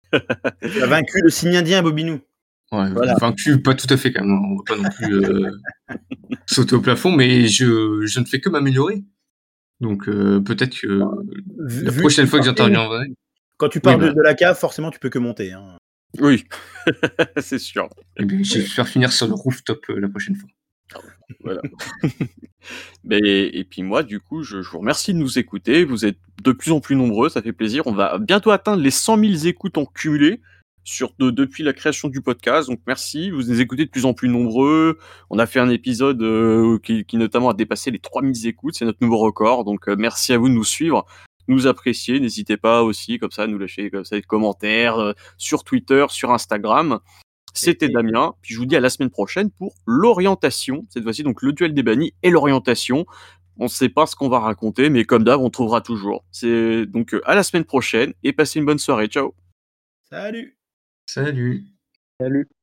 Tu as vaincu le signe indien, Bobinou. Ouais, Voilà. vaincu, pas tout à fait quand même. On va pas non plus sauter au plafond, mais je ne fais que m'améliorer. Donc peut-être que la prochaine fois que j'interviendrai. Quand tu pars de la cave, forcément, tu peux que monter. Hein. Oui, c'est sûr. Eh bien, j'espère finir sur le rooftop la prochaine fois. Voilà. Et puis moi, du coup, je vous remercie de nous écouter. Vous êtes de plus en plus nombreux, ça fait plaisir. On va bientôt atteindre les 100 000 écoutes en cumulé depuis la création du podcast. Donc merci, vous nous écoutez de plus en plus nombreux. On a fait un épisode qui notamment a dépassé les 3000 écoutes. C'est notre nouveau record. Donc merci à vous de nous suivre, nous apprécier. N'hésitez pas aussi, comme ça, à nous lâcher comme ça, des commentaires sur Twitter, sur Instagram. C'était Damien, puis je vous dis à la semaine prochaine pour l'orientation, cette fois-ci donc le duel des bannis et l'orientation. On ne sait pas ce qu'on va raconter, mais comme d'hab, on trouvera toujours. C'est donc à la semaine prochaine et passez une bonne soirée, ciao. Salut. Salut. Salut.